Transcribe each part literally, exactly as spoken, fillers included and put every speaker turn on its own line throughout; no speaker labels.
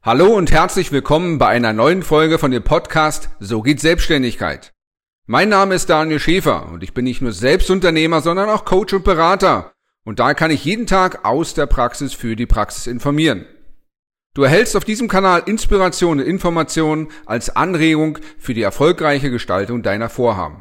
Hallo und herzlich willkommen bei einer neuen Folge von dem Podcast So geht Selbstständigkeit. Mein Name ist Daniel Schäfer und ich bin nicht nur Selbstunternehmer, sondern auch Coach und Berater. Und da kann ich jeden Tag aus der Praxis für die Praxis informieren. Du erhältst auf diesem Kanal Inspiration und Informationen als Anregung für die erfolgreiche Gestaltung deiner Vorhaben.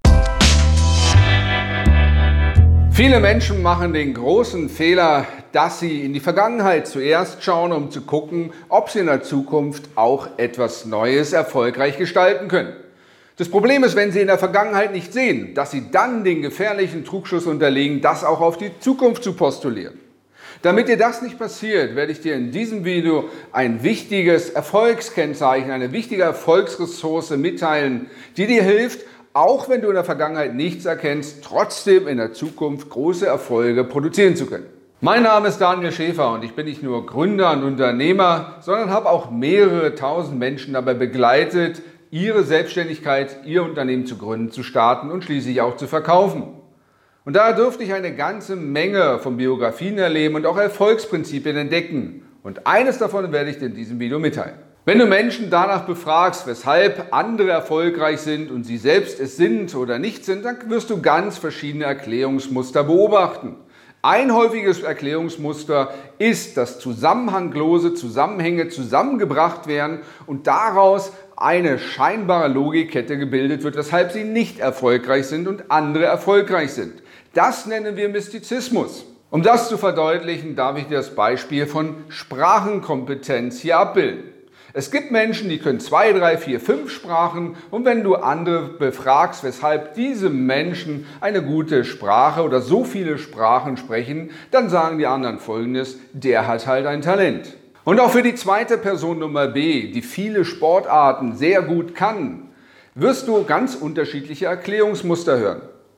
Viele Menschen machen den großen Fehler, dass sie in die Vergangenheit zuerst schauen, um zu gucken, ob sie in der Zukunft auch etwas Neues erfolgreich gestalten können. Das Problem ist, wenn sie in der Vergangenheit nicht sehen, dass sie dann den gefährlichen Trugschluss unterliegen, das auch auf die Zukunft zu postulieren. Damit dir das nicht passiert, werde ich dir in diesem Video ein wichtiges Erfolgskennzeichen, eine wichtige Erfolgsressource mitteilen, die dir hilft, auch wenn du in der Vergangenheit nichts erkennst, trotzdem in der Zukunft große Erfolge produzieren zu können. Mein Name ist Daniel Schäfer und ich bin nicht nur Gründer und Unternehmer, sondern habe auch mehrere tausend Menschen dabei begleitet, ihre Selbstständigkeit, ihr Unternehmen zu gründen, zu starten und schließlich auch zu verkaufen. Und da durfte ich eine ganze Menge von Biografien erleben und auch Erfolgsprinzipien entdecken. Und eines davon werde ich dir in diesem Video mitteilen. Wenn du Menschen danach befragst, weshalb andere erfolgreich sind und sie selbst es sind oder nicht sind, dann wirst du ganz verschiedene Erklärungsmuster beobachten. Ein häufiges Erklärungsmuster ist, dass zusammenhanglose Zusammenhänge zusammengebracht werden und daraus eine scheinbare Logikkette gebildet wird, weshalb sie nicht erfolgreich sind und andere erfolgreich sind. Das nennen wir Mystizismus. Um das zu verdeutlichen, darf ich dir das Beispiel von Sprachenkompetenz hier abbilden. Es gibt Menschen, die können zwei, drei, vier, fünf Sprachen und wenn du andere befragst, weshalb diese Menschen eine gute Sprache oder so viele Sprachen sprechen, dann sagen die anderen Folgendes: der hat halt ein Talent. Und auch für die zweite Person Nummer B, die viele Sportarten sehr gut kann, wirst du ganz unterschiedliche Erklärungsmuster hören.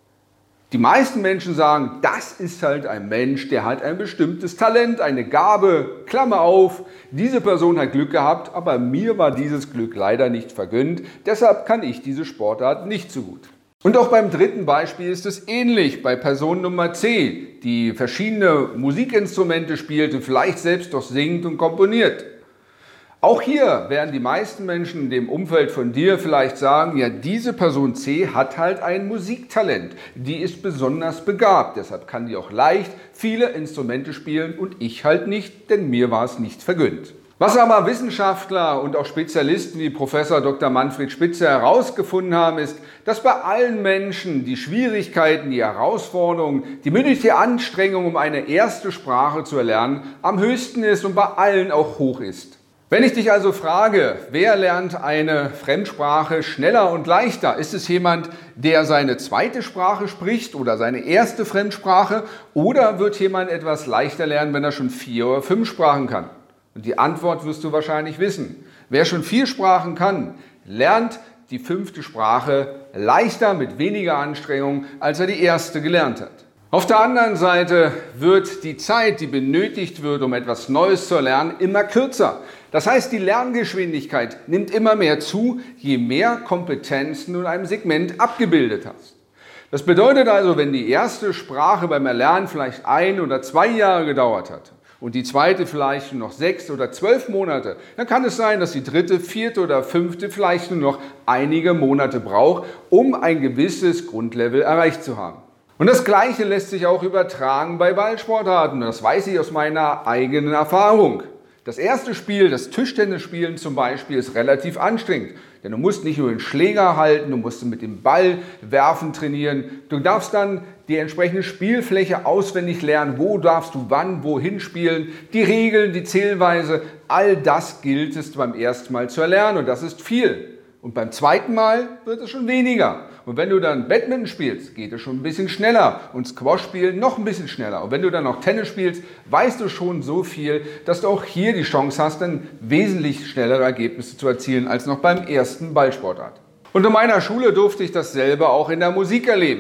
Die meisten Menschen sagen, das ist halt ein Mensch, der hat ein bestimmtes Talent, eine Gabe, Klammer auf, diese Person hat Glück gehabt, aber mir war dieses Glück leider nicht vergönnt, deshalb kann ich diese Sportart nicht so gut. Und auch beim dritten Beispiel ist es ähnlich, bei Person Nummer C, die verschiedene Musikinstrumente spielt und vielleicht selbst doch singt und komponiert. Auch hier werden die meisten Menschen in dem Umfeld von dir vielleicht sagen, ja, diese Person C hat halt ein Musiktalent, die ist besonders begabt, deshalb kann die auch leicht viele Instrumente spielen und ich halt nicht, denn mir war es nicht vergönnt. Was aber Wissenschaftler und auch Spezialisten wie Professor Doktor Manfred Spitzer herausgefunden haben, ist, dass bei allen Menschen die Schwierigkeiten, die Herausforderungen, die mündliche Anstrengung, um eine erste Sprache zu erlernen, am höchsten ist und bei allen auch hoch ist. Wenn ich dich also frage, wer lernt eine Fremdsprache schneller und leichter? Ist es jemand, der seine zweite Sprache spricht oder seine erste Fremdsprache? Oder wird jemand etwas leichter lernen, wenn er schon vier oder fünf Sprachen kann? Und die Antwort wirst du wahrscheinlich wissen. Wer schon vier Sprachen kann, lernt die fünfte Sprache leichter mit weniger Anstrengung, als er die erste gelernt hat. Auf der anderen Seite wird die Zeit, die benötigt wird, um etwas Neues zu lernen, immer kürzer. Das heißt, die Lerngeschwindigkeit nimmt immer mehr zu, je mehr Kompetenzen du in einem Segment abgebildet hast. Das bedeutet also, wenn die erste Sprache beim Erlernen vielleicht ein oder zwei Jahre gedauert hat und die zweite vielleicht nur noch sechs oder zwölf Monate, dann kann es sein, dass die dritte, vierte oder fünfte vielleicht nur noch einige Monate braucht, um ein gewisses Grundlevel erreicht zu haben. Und das Gleiche lässt sich auch übertragen bei Ballsportarten. Das weiß ich aus meiner eigenen Erfahrung. Das erste Spiel, das Tischtennisspielen zum Beispiel, ist relativ anstrengend. Denn du musst nicht nur den Schläger halten, du musst mit dem Ball werfen trainieren. Du darfst dann die entsprechende Spielfläche auswendig lernen. Wo darfst du wann, wohin spielen? Die Regeln, die Zählweise, all das gilt es beim ersten Mal zu erlernen. Und das ist viel. Und beim zweiten Mal wird es schon weniger. Und wenn du dann Badminton spielst, geht es schon ein bisschen schneller. Und Squash spielen noch ein bisschen schneller. Und wenn du dann noch Tennis spielst, weißt du schon so viel, dass du auch hier die Chance hast, dann wesentlich schnellere Ergebnisse zu erzielen als noch beim ersten Ballsportart. Und in meiner Schule durfte ich dasselbe auch in der Musik erleben.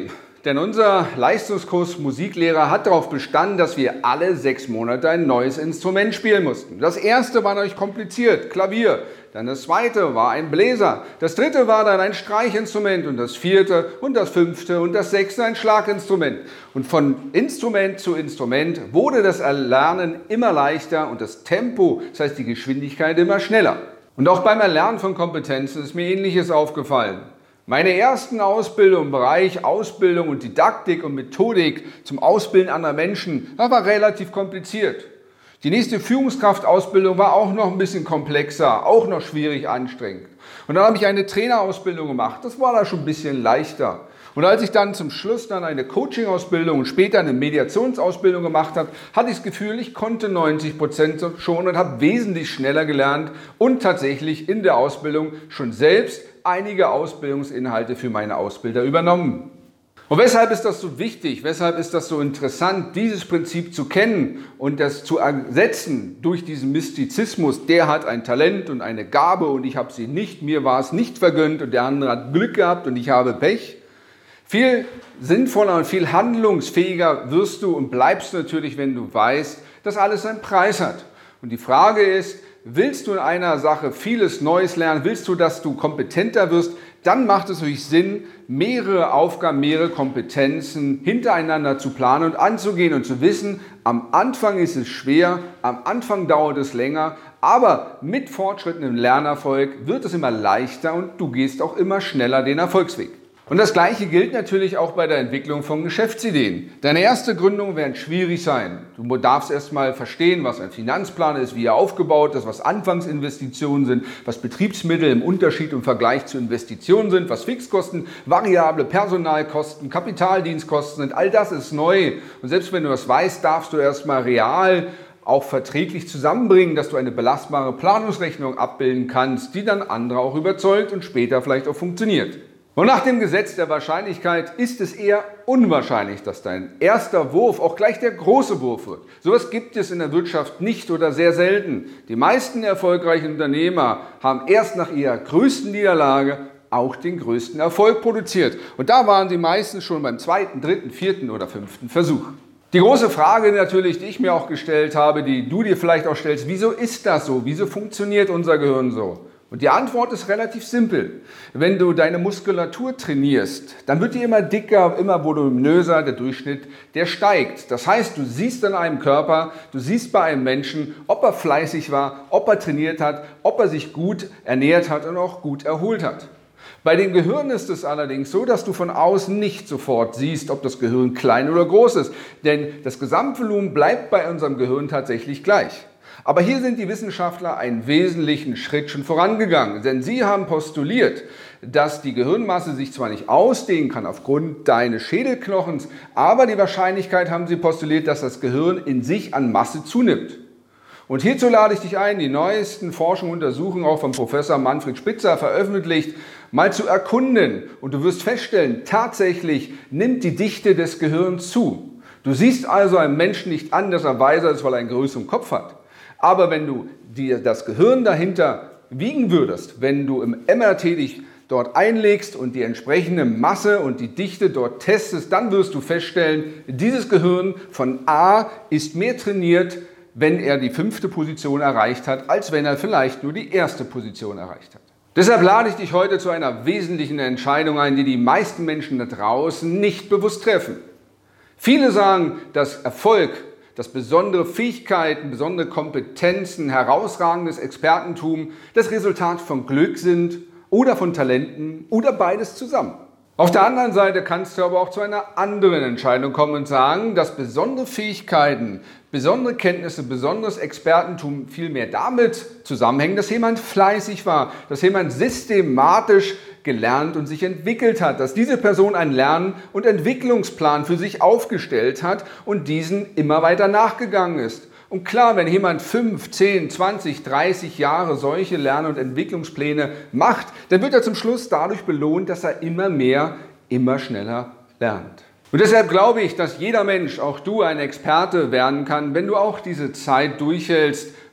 denn unser Leistungskurs Musiklehrer hat darauf bestanden, dass wir alle sechs Monate ein neues Instrument spielen mussten. Das erste war natürlich kompliziert, Klavier. Dann das zweite war ein Bläser. Das dritte war dann ein Streichinstrument und das vierte und das fünfte und das sechste ein Schlaginstrument. Und von Instrument zu Instrument wurde das Erlernen immer leichter und das Tempo, das heißt die Geschwindigkeit, immer schneller. Und auch beim Erlernen von Kompetenzen ist mir Ähnliches aufgefallen. Meine ersten Ausbildungen im Bereich Ausbildung und Didaktik und Methodik zum Ausbilden anderer Menschen, das war relativ kompliziert. Die nächste Führungskraftausbildung war auch noch ein bisschen komplexer, auch noch schwierig anstrengend. Und dann habe ich eine Trainerausbildung gemacht, das war da schon ein bisschen leichter. Und als ich dann zum Schluss dann eine Coaching-Ausbildung und später eine Mediationsausbildung gemacht habe, hatte ich das Gefühl, ich konnte neunzig Prozent schon und habe wesentlich schneller gelernt und tatsächlich in der Ausbildung schon selbst einige Ausbildungsinhalte für meine Ausbilder übernommen. Und weshalb ist das so wichtig? Weshalb ist das so interessant, dieses Prinzip zu kennen und das zu ersetzen durch diesen Mystizismus? Der hat ein Talent und eine Gabe und ich habe sie nicht, mir war es nicht vergönnt und der andere hat Glück gehabt und ich habe Pech. Viel sinnvoller und viel handlungsfähiger wirst du und bleibst natürlich, wenn du weißt, dass alles einen Preis hat. Und die Frage ist, willst du in einer Sache vieles Neues lernen, willst du, dass du kompetenter wirst, dann macht es natürlich Sinn, mehrere Aufgaben, mehrere Kompetenzen hintereinander zu planen und anzugehen und zu wissen, am Anfang ist es schwer, am Anfang dauert es länger, aber mit Fortschritten im Lernerfolg wird es immer leichter und du gehst auch immer schneller den Erfolgsweg. Und das Gleiche gilt natürlich auch bei der Entwicklung von Geschäftsideen. Deine erste Gründung wird schwierig sein. Du darfst erstmal verstehen, was ein Finanzplan ist, wie er aufgebaut ist, was Anfangsinvestitionen sind, was Betriebsmittel im Unterschied im Vergleich zu Investitionen sind, was Fixkosten, variable Personalkosten, Kapitaldienstkosten sind. All das ist neu. Und selbst wenn du das weißt, darfst du erstmal real auch verträglich zusammenbringen, dass du eine belastbare Planungsrechnung abbilden kannst, die dann andere auch überzeugt und später vielleicht auch funktioniert. Und nach dem Gesetz der Wahrscheinlichkeit ist es eher unwahrscheinlich, dass dein erster Wurf auch gleich der große Wurf wird. Sowas gibt es in der Wirtschaft nicht oder sehr selten. Die meisten erfolgreichen Unternehmer haben erst nach ihrer größten Niederlage auch den größten Erfolg produziert. Und da waren die meisten schon beim zweiten, dritten, vierten oder fünften Versuch. Die große Frage natürlich, die ich mir auch gestellt habe, die du dir vielleicht auch stellst, wieso ist das so? Wieso funktioniert unser Gehirn so? Und die Antwort ist relativ simpel. Wenn du deine Muskulatur trainierst, dann wird die immer dicker, immer voluminöser, der Durchschnitt, der steigt. Das heißt, du siehst an einem Körper, du siehst bei einem Menschen, ob er fleißig war, ob er trainiert hat, ob er sich gut ernährt hat und auch gut erholt hat. Bei dem Gehirn ist es allerdings so, dass du von außen nicht sofort siehst, ob das Gehirn klein oder groß ist. Denn das Gesamtvolumen bleibt bei unserem Gehirn tatsächlich gleich. Aber hier sind die Wissenschaftler einen wesentlichen Schritt schon vorangegangen, denn sie haben postuliert, dass die Gehirnmasse sich zwar nicht ausdehnen kann aufgrund deines Schädelknochens, aber die Wahrscheinlichkeit haben sie postuliert, dass das Gehirn in sich an Masse zunimmt. Und hierzu lade ich dich ein, die neuesten Forschungen und Untersuchungen auch von Professor Manfred Spitzer veröffentlicht, mal zu erkunden. Und du wirst feststellen, tatsächlich nimmt die Dichte des Gehirns zu. Du siehst also einem Menschen nicht an, dass er weiser ist, weil er einen größeren Kopf hat. Aber wenn du dir das Gehirn dahinter wiegen würdest, wenn du im M R T dich dort einlegst und die entsprechende Masse und die Dichte dort testest, dann wirst du feststellen, dieses Gehirn von A ist mehr trainiert, wenn er die fünfte Position erreicht hat, als wenn er vielleicht nur die erste Position erreicht hat. Deshalb lade ich dich heute zu einer wesentlichen Entscheidung ein, die die meisten Menschen da draußen nicht bewusst treffen. Viele sagen, dass Erfolg, dass besondere Fähigkeiten, besondere Kompetenzen, herausragendes Expertentum das Resultat von Glück sind oder von Talenten oder beides zusammen. Auf der anderen Seite kannst du aber auch zu einer anderen Entscheidung kommen und sagen, dass besondere Fähigkeiten, besondere Kenntnisse, besonderes Expertentum vielmehr damit zusammenhängen, dass jemand fleißig war, dass jemand systematisch gelernt und sich entwickelt hat, dass diese Person einen Lern- und Entwicklungsplan für sich aufgestellt hat und diesen immer weiter nachgegangen ist. Und klar, wenn jemand fünf, zehn, zwanzig, dreißig Jahre solche Lern- und Entwicklungspläne macht, dann wird er zum Schluss dadurch belohnt, dass er immer mehr, immer schneller lernt. Und deshalb glaube ich, dass jeder Mensch, auch du, ein Experte werden kann, wenn du auch diese Zeit durchhältst,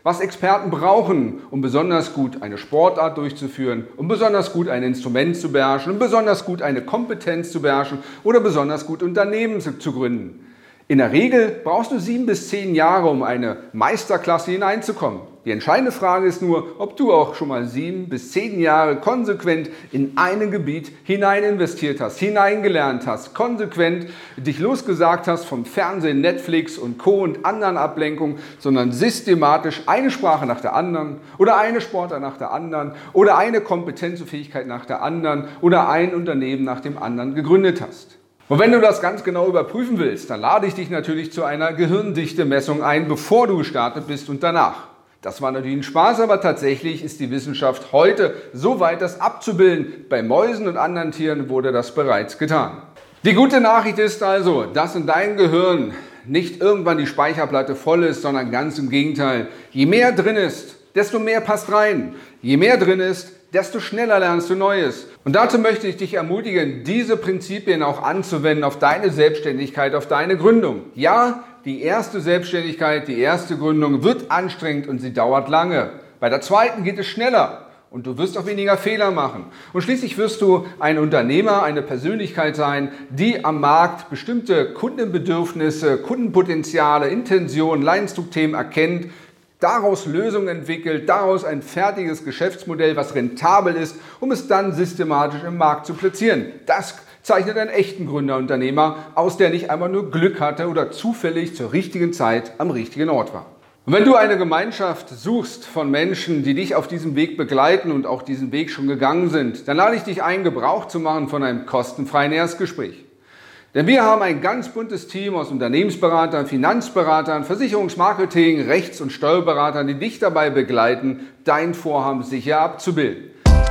was Experten brauchen, um besonders gut eine Sportart durchzuführen, um besonders gut ein Instrument zu beherrschen, um besonders gut eine Kompetenz zu beherrschen oder besonders gut Unternehmen zu, zu gründen. In der Regel brauchst du sieben bis zehn Jahre, um eine Meisterklasse hineinzukommen. Die entscheidende Frage ist nur, ob du auch schon mal sieben bis zehn Jahre konsequent in ein Gebiet hinein investiert hast, hineingelernt hast, konsequent dich losgesagt hast vom Fernsehen, Netflix und Co. und anderen Ablenkungen, sondern systematisch eine Sprache nach der anderen oder eine Sportart nach der anderen oder eine Kompetenz und Fähigkeit nach der anderen oder ein Unternehmen nach dem anderen gegründet hast. Und wenn du das ganz genau überprüfen willst, dann lade ich dich natürlich zu einer Gehirndichte-Messung ein, bevor du gestartet bist und danach. Das war natürlich ein Spaß, aber tatsächlich ist die Wissenschaft heute so weit, das abzubilden. Bei Mäusen und anderen Tieren wurde das bereits getan. Die gute Nachricht ist also, dass in deinem Gehirn nicht irgendwann die Speicherplatte voll ist, sondern ganz im Gegenteil. Je mehr drin ist, desto mehr passt rein. Je mehr drin ist, desto schneller lernst du Neues. Und dazu möchte ich dich ermutigen, diese Prinzipien auch anzuwenden auf deine Selbstständigkeit, auf deine Gründung. Ja, die erste Selbstständigkeit, die erste Gründung wird anstrengend und sie dauert lange. Bei der zweiten geht es schneller und du wirst auch weniger Fehler machen. Und schließlich wirst du ein Unternehmer, eine Persönlichkeit sein, die am Markt bestimmte Kundenbedürfnisse, Kundenpotenziale, Intentionen, Leidensdruckthemen erkennt, daraus Lösungen entwickelt, daraus ein fertiges Geschäftsmodell, was rentabel ist, um es dann systematisch im Markt zu platzieren. Das zeichnet einen echten Gründerunternehmer aus, der nicht einmal nur Glück hatte oder zufällig zur richtigen Zeit am richtigen Ort war. Und wenn du eine Gemeinschaft suchst von Menschen, die dich auf diesem Weg begleiten und auch diesen Weg schon gegangen sind, dann lade ich dich ein, Gebrauch zu machen von einem kostenfreien Erstgespräch. Denn wir haben ein ganz buntes Team aus Unternehmensberatern, Finanzberatern, Versicherungsmarketing, Rechts- und Steuerberatern, die dich dabei begleiten, dein Vorhaben sicher abzubilden.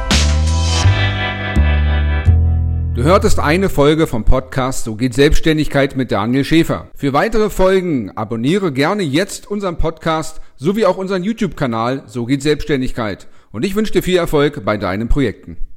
Du hörtest eine Folge vom Podcast So geht Selbstständigkeit mit Daniel Schäfer. Für weitere Folgen abonniere gerne jetzt unseren Podcast sowie auch unseren YouTube-Kanal So geht Selbstständigkeit. Und ich wünsche dir viel Erfolg bei deinen Projekten.